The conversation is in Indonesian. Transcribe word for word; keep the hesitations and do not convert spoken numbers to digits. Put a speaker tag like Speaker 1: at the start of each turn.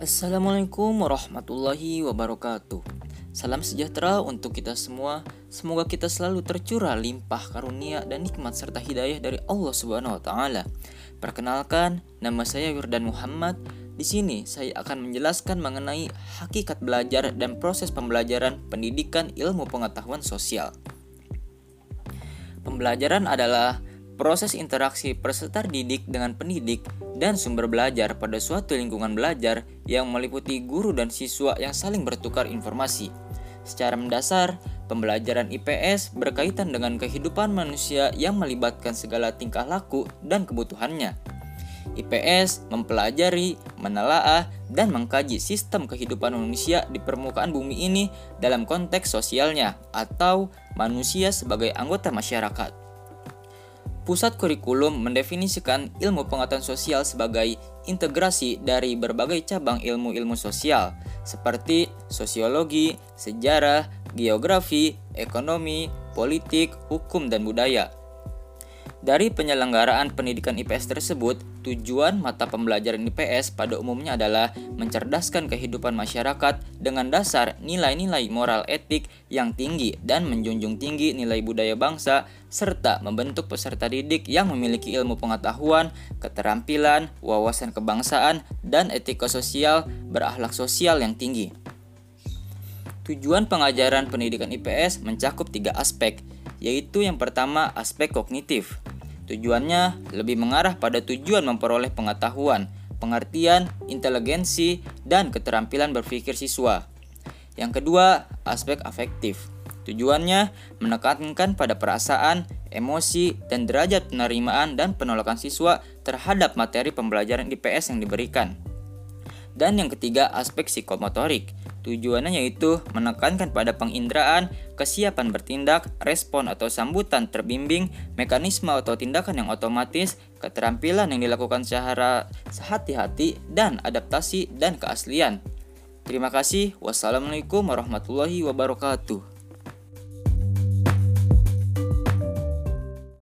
Speaker 1: Assalamualaikum warahmatullahi wabarakatuh. Salam sejahtera untuk kita semua. Semoga kita selalu tercurah limpah karunia dan nikmat serta hidayah dari Allah Subhanahu wa taala. Perkenalkan, nama saya Wirdan Muhammad. Di sini saya akan menjelaskan mengenai hakikat belajar dan proses pembelajaran pendidikan ilmu pengetahuan sosial. Pembelajaran adalah proses interaksi peserta didik dengan pendidik dan sumber belajar pada suatu lingkungan belajar yang meliputi guru dan siswa yang saling bertukar informasi. Secara mendasar, pembelajaran I P S berkaitan dengan kehidupan manusia yang melibatkan segala tingkah laku dan kebutuhannya. I P S mempelajari, menelaah, dan mengkaji sistem kehidupan manusia di permukaan bumi ini dalam konteks sosialnya atau manusia sebagai anggota masyarakat. Pusat kurikulum mendefinisikan ilmu pengetahuan sosial sebagai integrasi dari berbagai cabang ilmu-ilmu sosial seperti sosiologi, sejarah, geografi, ekonomi, politik, hukum, dan budaya. Dari penyelenggaraan pendidikan I P S tersebut, tujuan mata pembelajaran I P S pada umumnya adalah mencerdaskan kehidupan masyarakat dengan dasar nilai-nilai moral etik yang tinggi dan menjunjung tinggi nilai budaya bangsa, serta membentuk peserta didik yang memiliki ilmu pengetahuan, keterampilan, wawasan kebangsaan, dan etika sosial berakhlak sosial yang tinggi. Tujuan pengajaran pendidikan I P S mencakup tiga aspek, yaitu yang pertama aspek kognitif. Tujuannya lebih mengarah pada tujuan memperoleh pengetahuan, pengertian, inteligensi, dan keterampilan berpikir siswa. Yang kedua, aspek afektif. Tujuannya menekankan pada perasaan, emosi, dan derajat penerimaan dan penolakan siswa terhadap materi pembelajaran I P S yang diberikan. Dan yang ketiga, aspek psikomotorik. Tujuannya yaitu menekankan pada penginderaan, kesiapan bertindak, respon atau sambutan terbimbing, mekanisme atau tindakan yang otomatis, keterampilan yang dilakukan secara sehati-hati, dan adaptasi dan keaslian. Terima kasih. Wassalamualaikum warahmatullahi wabarakatuh.